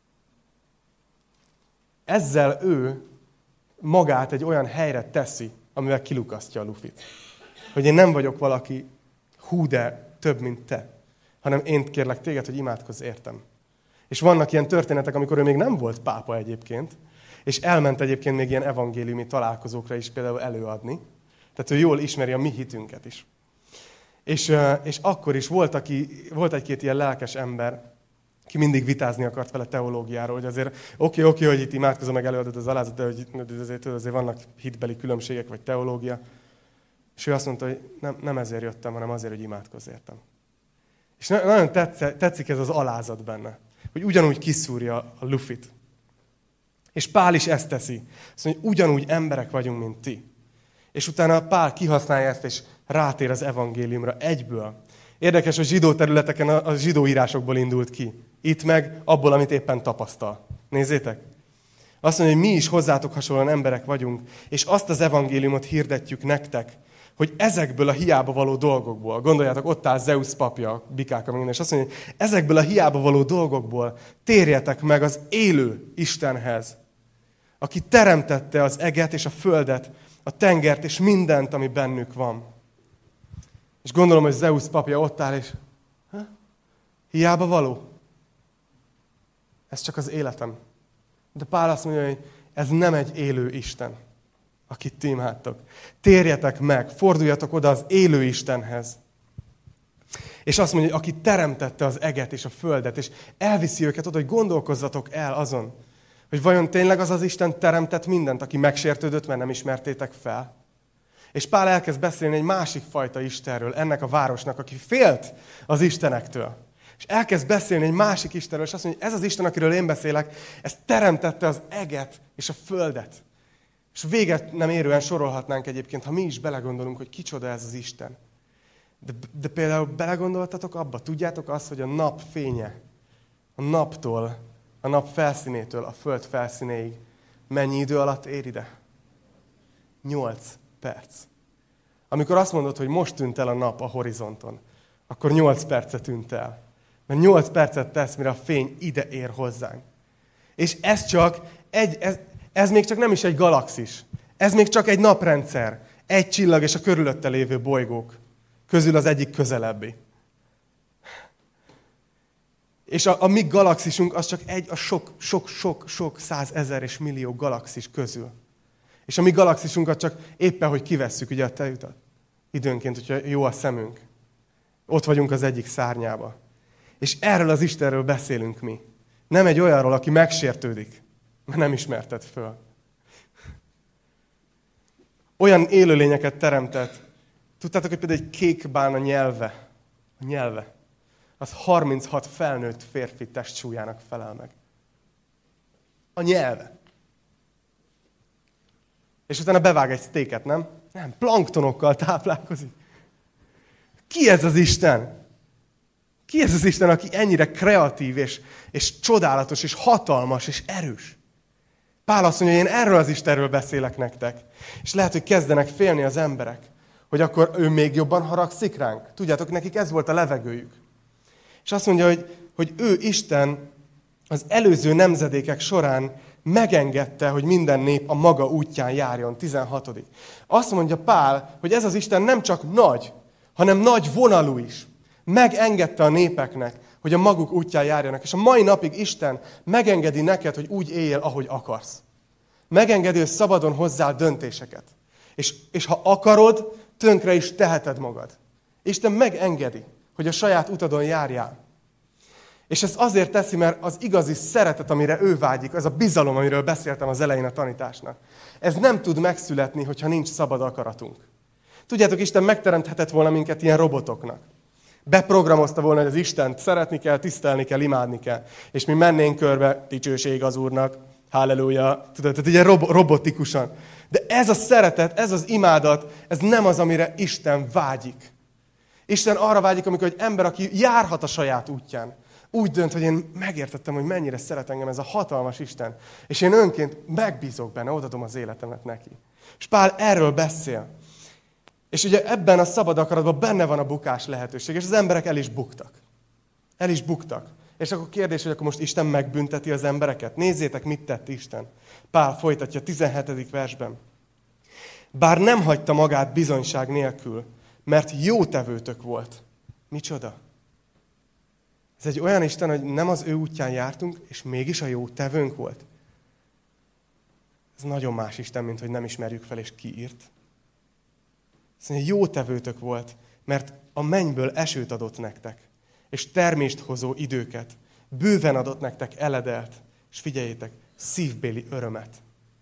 Ezzel ő magát egy olyan helyre teszi, amivel kilukasztja a lufit. Hogy én nem vagyok valaki hú, de több, mint te, hanem én kérlek téged, hogy imádkozz értem. És vannak ilyen történetek, amikor ő még nem volt pápa egyébként, és elment egyébként még ilyen evangéliumi találkozókra is például előadni. Tehát ő jól ismeri a mi hitünket is. És akkor is volt egy-két ilyen lelkes ember, ki mindig vitázni akart vele teológiáról, hogy azért oké, hogy itt imádkozom, meg előadod az alázat, de hogy azért vannak hitbeli különbségek, vagy teológia. És ő azt mondta, hogy nem ezért jöttem, hanem azért, hogy imádkozz értem. És nagyon tetszik ez az alázat benne, hogy ugyanúgy kiszúrja a lufit. És Pál is ezt teszi. Azt mondja, hogy ugyanúgy emberek vagyunk, mint ti. És utána Pál kihasználja ezt, és rátér az evangéliumra egyből. Érdekes, hogy zsidó területeken a zsidó írásokból indult ki. Itt meg abból, amit éppen tapasztal. Nézzétek! Azt mondja, hogy mi is hozzátok hasonlóan emberek vagyunk, és azt az evangéliumot hirdetjük nektek, hogy ezekből a hiába való dolgokból, gondoljátok, ott áll Zeus papja, bikák, minden, és azt mondja, hogy ezekből a hiába való dolgokból térjetek meg az élő Istenhez, aki teremtette az eget és a földet, a tengert és mindent, ami bennük van. És gondolom, hogy Zeus papja ott áll, és hiába való. Ez csak az életem. De Pál azt mondja, hogy ez nem egy élő Isten, akit ti imádtok. Térjetek meg, forduljatok oda az élő Istenhez. És azt mondja, hogy aki teremtette az eget és a földet, és elviszi őket oda, hogy gondolkozzatok el azon, hogy vajon tényleg az az Isten teremtett mindent, aki megsértődött, mert nem ismertétek fel. És Pál elkezd beszélni egy másik fajta Istenről, ennek a városnak, aki félt az istenektől. És elkezd beszélni egy másik Istenről, és azt mondja, hogy ez az Isten, akiről én beszélek, ez teremtette az eget és a földet. És véget nem érően sorolhatnánk egyébként, ha mi is belegondolunk, hogy kicsoda ez az Isten. De például belegondoltatok abba, tudjátok azt, hogy a nap fénye, a naptól, a nap felszínétől a föld felszínéig mennyi idő alatt ér ide? 8 perc. Amikor azt mondod, hogy most tűnt el a nap a horizonton, akkor 8 percet tűnt el. Mert 8 percet tesz, mire a fény ide ér hozzánk. És ez még csak nem is egy galaxis. Ez még csak egy naprendszer. Egy csillag és a körülötte lévő bolygók közül az egyik közelebbi. És a mi galaxisunk az csak egy a sok 100 000 és millió galaxis közül. És a mi galaxisunkat csak éppen, hogy kivesszük ugye a tejutat. időnként, hogyha jó a szemünk. Ott vagyunk az egyik szárnyába. És erről az Istenről beszélünk mi. Nem egy olyanról, aki megsértődik, mert nem ismerted föl. Olyan élőlényeket teremtett. Tudtátok, hogy például egy kékbálna nyelve, az 36 felnőtt férfi testsúlyának felel meg. A nyelve. És utána bevág egy sztéket, nem? Nem, planktonokkal táplálkozik. Ki ez az Isten? Ki ez az Isten, aki ennyire kreatív, és csodálatos, és hatalmas, és erős? Pál azt mondja, hogy én erről az Istenről beszélek nektek. És lehet, hogy kezdenek félni az emberek, hogy akkor ő még jobban haragszik ránk. Tudjátok, nekik ez volt a levegőjük. És azt mondja, hogy ő Isten az előző nemzedékek során megengedte, hogy minden nép a maga útján járjon. 16. Azt mondja Pál, hogy ez az Isten nem csak nagy, hanem nagy vonalú is. Megengedte a népeknek, hogy a maguk útján járjanak. És a mai napig Isten megengedi neked, hogy úgy éljél, ahogy akarsz. Megengedi, hogy szabadon hozzál döntéseket. És ha akarod, tönkre is teheted magad. Isten megengedi, hogy a saját utadon járjál. És ezt azért teszi, mert az igazi szeretet, amire ő vágyik, az a bizalom, amiről beszéltem az elején a tanításnak. Ez nem tud megszületni, hogyha nincs szabad akaratunk. Tudjátok, Isten megteremthetett volna minket ilyen robotoknak. Beprogramozta volna, hogy az Istent szeretni kell, tisztelni kell, imádni kell. És mi mennénk körbe, dicsőség az Úrnak, halleluja, tudod, tehát ugye robotikusan. De ez a szeretet, ez az imádat, ez nem az, amire Isten vágyik. Isten arra vágyik, amikor egy ember, aki járhat a saját útján, úgy dönt, hogy én megértettem, hogy mennyire szeret engem ez a hatalmas Isten. És én önként megbízok benne, odaadom az életemet neki. És Pál erről beszél. És ugye ebben a szabad akaratban benne van a bukás lehetőség, és az emberek el is buktak. El is buktak. És akkor kérdés, hogy akkor most Isten megbünteti az embereket? Nézzétek, mit tett Isten. Pál folytatja a 17. versben. Bár nem hagyta magát bizonyság nélkül, mert jó tevőtök volt. Micsoda? Ez egy olyan Isten, hogy nem az ő útján jártunk, és mégis a jó tevőnk volt. Ez nagyon más Isten, mint hogy nem ismerjük fel, és kiírt. Ez egy jó tevőtök volt, mert a mennyből esőt adott nektek, és termést hozó időket. Bőven adott nektek eledelt, és figyeljétek, szívbéli örömet.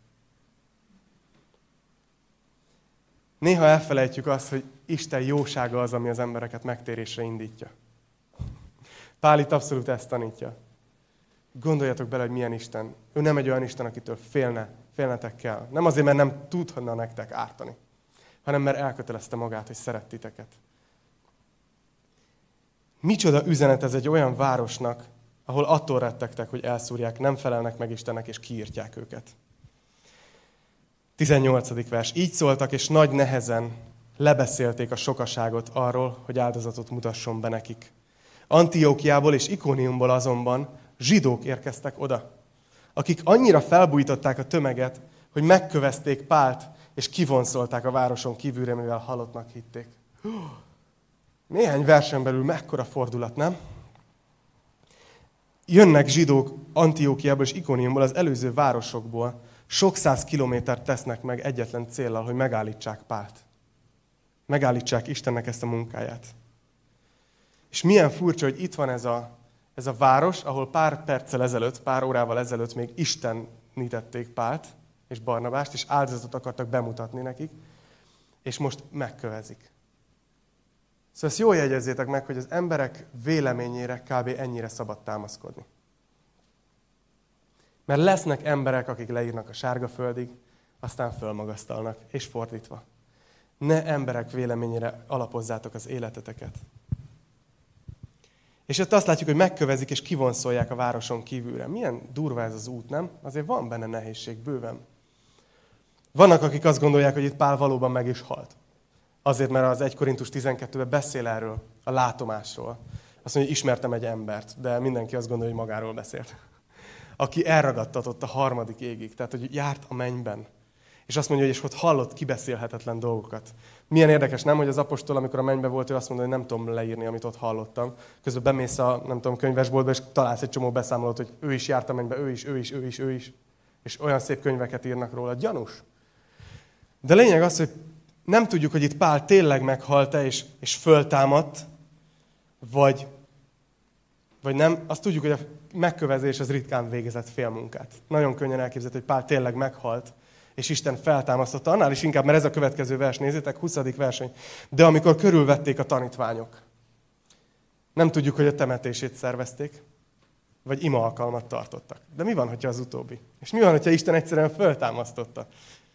Néha elfelejtjük azt, hogy Isten jósága az, ami az embereket megtérésre indítja. Pál itt abszolút ezt tanítja. Gondoljatok bele, hogy milyen Isten. Ő nem egy olyan Isten, akitől félnetek kell. Nem azért, mert nem tudna nektek ártani, hanem mert elkötelezte magát, hogy szeret titeket. Micsoda üzenet ez egy olyan városnak, ahol attól rettegtek, hogy elszúrják, nem felelnek meg Istennek, és kiírtják őket. 18. vers. Így szóltak, és nagy nehezen lebeszélték a sokaságot arról, hogy áldozatot mutasson be nekik. Antiókiából és Ikoniumból azonban zsidók érkeztek oda, akik annyira felbújtották a tömeget, hogy megkövezték Pált, és kivonszolták a városon kívülre, mivel halottnak hitték. Néhány versen belül mekkora fordulat, nem? Jönnek zsidók Antiókiából és Ikoniumból, az előző városokból, sok száz kilométert tesznek meg egyetlen céllal, hogy megállítsák Pált. Megállítsák Istennek ezt a munkáját. És milyen furcsa, hogy itt van ez a város, ahol pár perccel ezelőtt, pár órával ezelőtt még istenítették Pált és Barnabást, és áldozatot akartak bemutatni nekik, és most megkövezik. Szóval ezt jól jegyezzétek meg, hogy az emberek véleményére kb. Ennyire szabad támaszkodni. Mert lesznek emberek, akik leírnak a sárga földig, aztán fölmagasztalnak, és fordítva. Ne emberek véleményére alapozzátok az életeteket. És ott azt látjuk, hogy megkövezik és kivonszolják a városon kívülre. Milyen durva ez az út, nem? Azért van benne nehézség, bőven. Vannak, akik azt gondolják, hogy itt Pál valóban meg is halt. Azért, mert az 1 Korintus 12-ben beszél erről, a látomásról. Azt mondja, hogy ismertem egy embert, de mindenki azt gondolja, hogy magáról beszélt. Aki elragadtatott a harmadik égig, tehát hogy járt a mennyben. És azt mondja, hogy és ott hallott kibeszélhetetlen dolgokat. Milyen érdekes, nem, hogy az apostol, amikor a mennyben volt, ő azt mondta, hogy nem tudom leírni, amit ott hallottam. Közben bemész a, nem tudom, könyvesboltba, és találsz egy csomó beszámolót, hogy ő is járt a mennybe, ő is. És olyan szép könyveket írnak róla. Gyanús. De lényeg az, hogy nem tudjuk, hogy itt Pál tényleg meghalt-e és föltámadt, vagy nem. Azt tudjuk, hogy a megkövezés az ritkán végezett félmunkát. Nagyon könnyen elképzelhető, hogy Pál tényleg meghalt, és Isten feltámasztotta. Annál is inkább, mert ez a következő vers, nézzétek, 20. verseny. De amikor körülvették a tanítványok, nem tudjuk, hogy a temetését szervezték, vagy ima alkalmat tartottak. De mi van, hogyha az utóbbi? És mi van, hogyha Isten egyszerűen föltámasztotta?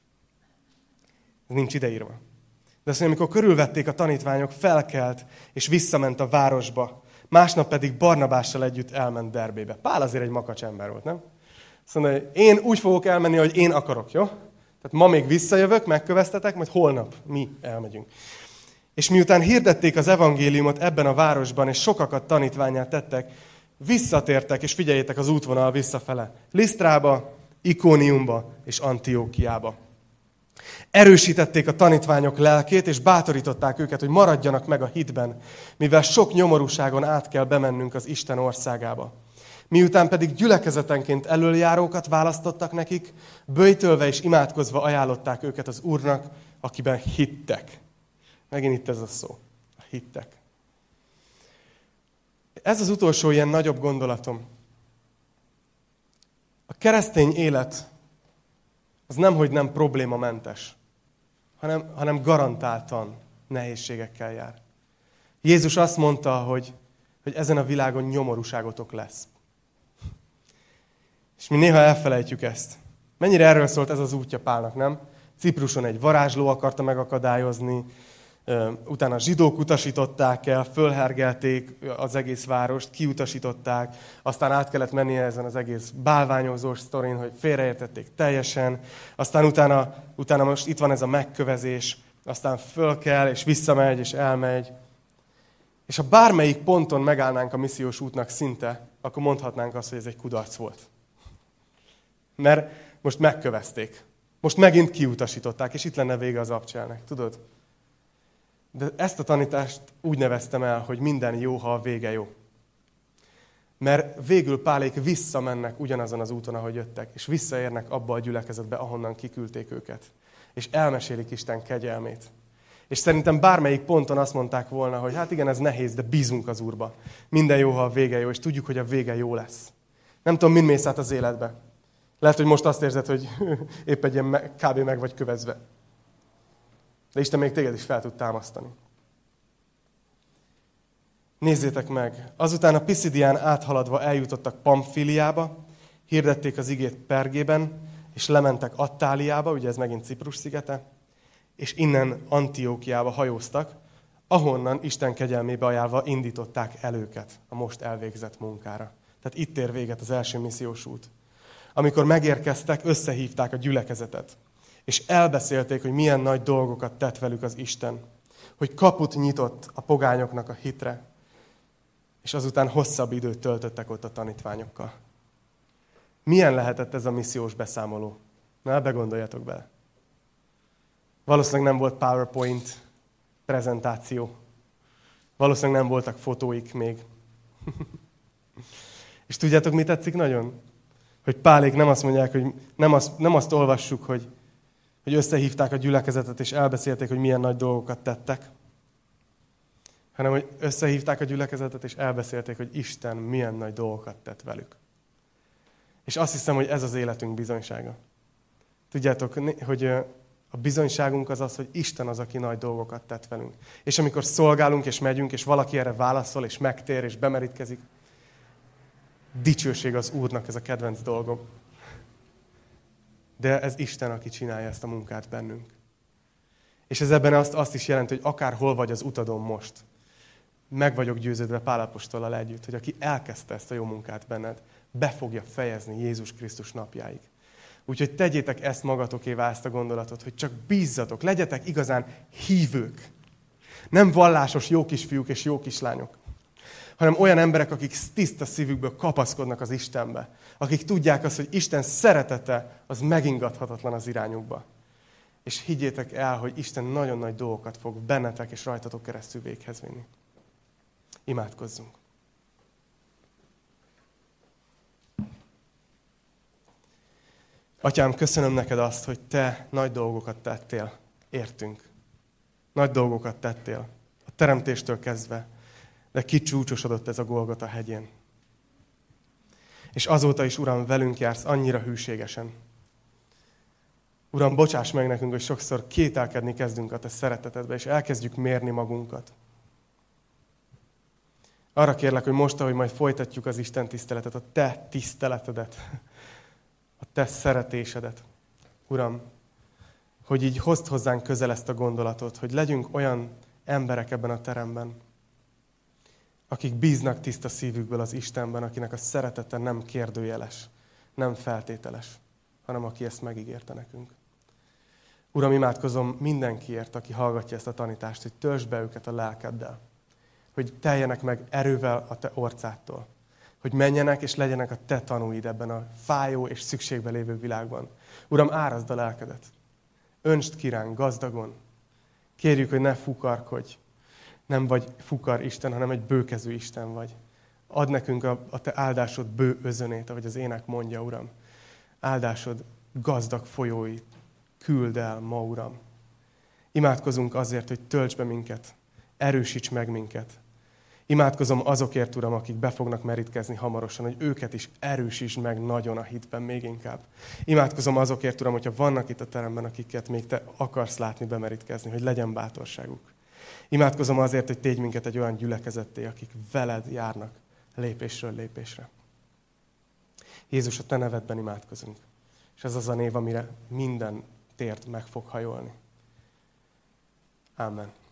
Ez nincs ideírva. De azt mondja, amikor körülvették a tanítványok, felkelt, és visszament a városba. Másnap pedig Barnabással együtt elment Derbébe. Pál azért egy makacs ember volt, nem? Azt mondja, hogy én úgy fogok elmenni, hogy én akarok, jó? Tehát ma még visszajövök, megköveztetek, majd holnap mi elmegyünk. És miután hirdették az evangéliumot ebben a városban, és sokakat tanítvánnyá tettek, visszatértek, és figyeljétek az útvonal visszafele. Lisztrába, Ikóniumba és Antiókiába. Erősítették a tanítványok lelkét, és bátorították őket, hogy maradjanak meg a hitben, mivel sok nyomorúságon át kell bemennünk az Isten országába. Miután pedig gyülekezetenként elöljárókat választottak nekik, böjtölve és imádkozva ajánlották őket az Úrnak, akiben hittek. Megint itt ez a szó. A hittek. Ez az utolsó ilyen nagyobb gondolatom. A keresztény élet az nemhogy nem problémamentes, hanem garantáltan nehézségekkel jár. Jézus azt mondta, hogy ezen a világon nyomorúságotok lesz. És mi néha elfelejtjük ezt. Mennyire erről szólt ez az útja Pálnak, nem? Cipruson egy varázsló akarta megakadályozni, utána a zsidók utasították el, fölhergelték az egész várost, kiutasították, aztán át kellett mennie ezen az egész bálványozós sztorin, hogy félreértették teljesen, aztán utána most itt van ez a megkövezés, aztán föl kell, és visszamegy, és elmegy. És ha bármelyik ponton megállnánk a missziós útnak szinte, akkor mondhatnánk azt, hogy ez egy kudarc volt. Mert most megkövezték. Most megint kiutasították, és itt lenne vége az abcselnek, tudod? De ezt a tanítást úgy neveztem el, hogy minden jó, ha a vége jó. Mert végül Pálék visszamennek ugyanazon az úton, ahogy jöttek, és visszaérnek abba a gyülekezetbe, ahonnan kiküldték őket. És elmesélik Isten kegyelmét. És szerintem bármelyik ponton azt mondták volna, hogy hát igen, ez nehéz, de bízunk az Úrba. Minden jó, ha a vége jó, és tudjuk, hogy a vége jó lesz. Nem tudom, mind mész át az életbe. Lehet, hogy most azt érzed, hogy épp egy ilyen kb. Meg vagy kövezve. De Isten még téged is fel tud támasztani. Nézzétek meg! Azután a Piszidián áthaladva eljutottak Pamfiliába, hirdették az igét Pergében, és lementek Attáliába, ugye ez megint Ciprus szigete, és innen Antiókiába hajóztak, ahonnan Isten kegyelmébe ajánlva indították el őket a most elvégzett munkára. Tehát itt ér véget az első missziós út. Amikor megérkeztek, összehívták a gyülekezetet, és elbeszélték, hogy milyen nagy dolgokat tett velük az Isten, hogy kaput nyitott a pogányoknak a hitre, és azután hosszabb időt töltöttek ott a tanítványokkal. Milyen lehetett ez a missziós beszámoló? Na, begondoljatok bele. Valószínűleg nem volt PowerPoint prezentáció. Valószínűleg nem voltak fotóik még. És tudjátok, mi tetszik nagyon? Hogy Pálék nem azt mondják, hogy nem azt olvassuk, hogy összehívták a gyülekezetet, és elbeszélték, hogy milyen nagy dolgokat tettek, hanem hogy összehívták a gyülekezetet, és elbeszélték, hogy Isten milyen nagy dolgokat tett velük. És azt hiszem, hogy ez az életünk bizonysága. Tudjátok, hogy a bizonyságunk az az, hogy Isten az, aki nagy dolgokat tett velünk. És amikor szolgálunk, és megyünk, és valaki erre válaszol, és megtér, és bemerítkezik, dicsőség az Úrnak, ez a kedvenc dolgom. De ez Isten, aki csinálja ezt a munkát bennünk. És ez ebben azt is jelenti, hogy akárhol vagy az utadon most, meg vagyok győződve Pál apostollal együtt, hogy aki elkezdte ezt a jó munkát benned, be fogja fejezni Jézus Krisztus napjáig. Úgyhogy tegyétek ezt magatokévá, ezt a gondolatot, hogy csak bízzatok, legyetek igazán hívők. Nem vallásos jó kisfiúk és jó kislányok, hanem olyan emberek, akik tiszta szívükből kapaszkodnak az Istenbe. Akik tudják azt, hogy Isten szeretete az megingathatatlan az irányukba. És higgyétek el, hogy Isten nagyon nagy dolgokat fog bennetek és rajtatok keresztül véghez vinni. Imádkozzunk. Atyám, köszönöm neked azt, hogy te nagy dolgokat tettél, értünk. Nagy dolgokat tettél. A teremtéstől kezdve. De kicsúcsosodott ez a Golgota hegyén. És azóta is, Uram, velünk jársz annyira hűségesen. Uram, bocsáss meg nekünk, hogy sokszor kételkedni kezdünk a te szeretetedbe, és elkezdjük mérni magunkat. Arra kérlek, hogy most, ahogy majd folytatjuk az Isten tiszteletet, a te tiszteletedet, a te szeretésedet, Uram, hogy így hozd hozzánk közel ezt a gondolatot, hogy legyünk olyan emberek ebben a teremben, akik bíznak tiszta szívükből az Istenben, akinek a szeretete nem kérdőjeles, nem feltételes, hanem aki ezt megígérte nekünk. Uram, imádkozom mindenkiért, aki hallgatja ezt a tanítást, hogy töltsd be őket a lelkeddel, hogy teljenek meg erővel a te orcától, hogy menjenek és legyenek a te tanúid ebben a fájó és szükségbe lévő világban. Uram, árazd a lelkedet, öntsd ki ránk gazdagon, kérjük, hogy ne fukarkodj, nem vagy fukar Isten, hanem egy bőkezű Isten vagy. Add nekünk a te áldásod bő özönét, ahogy az ének mondja, Uram. Áldásod gazdag folyóit küld el ma, Uram. Imádkozunk azért, hogy tölts be minket, erősíts meg minket. Imádkozom azokért, Uram, akik be fognak merítkezni hamarosan, hogy őket is erősítsd meg nagyon a hitben még inkább. Imádkozom azokért, Uram, hogyha vannak itt a teremben, akiket még te akarsz látni bemerítkezni, hogy legyen bátorságuk. Imádkozom azért, hogy tégy minket egy olyan gyülekezetté, akik veled járnak lépésről lépésre. Jézus, a te nevedben imádkozunk. És ez az a név, amire minden tért meg fog hajolni. Amen.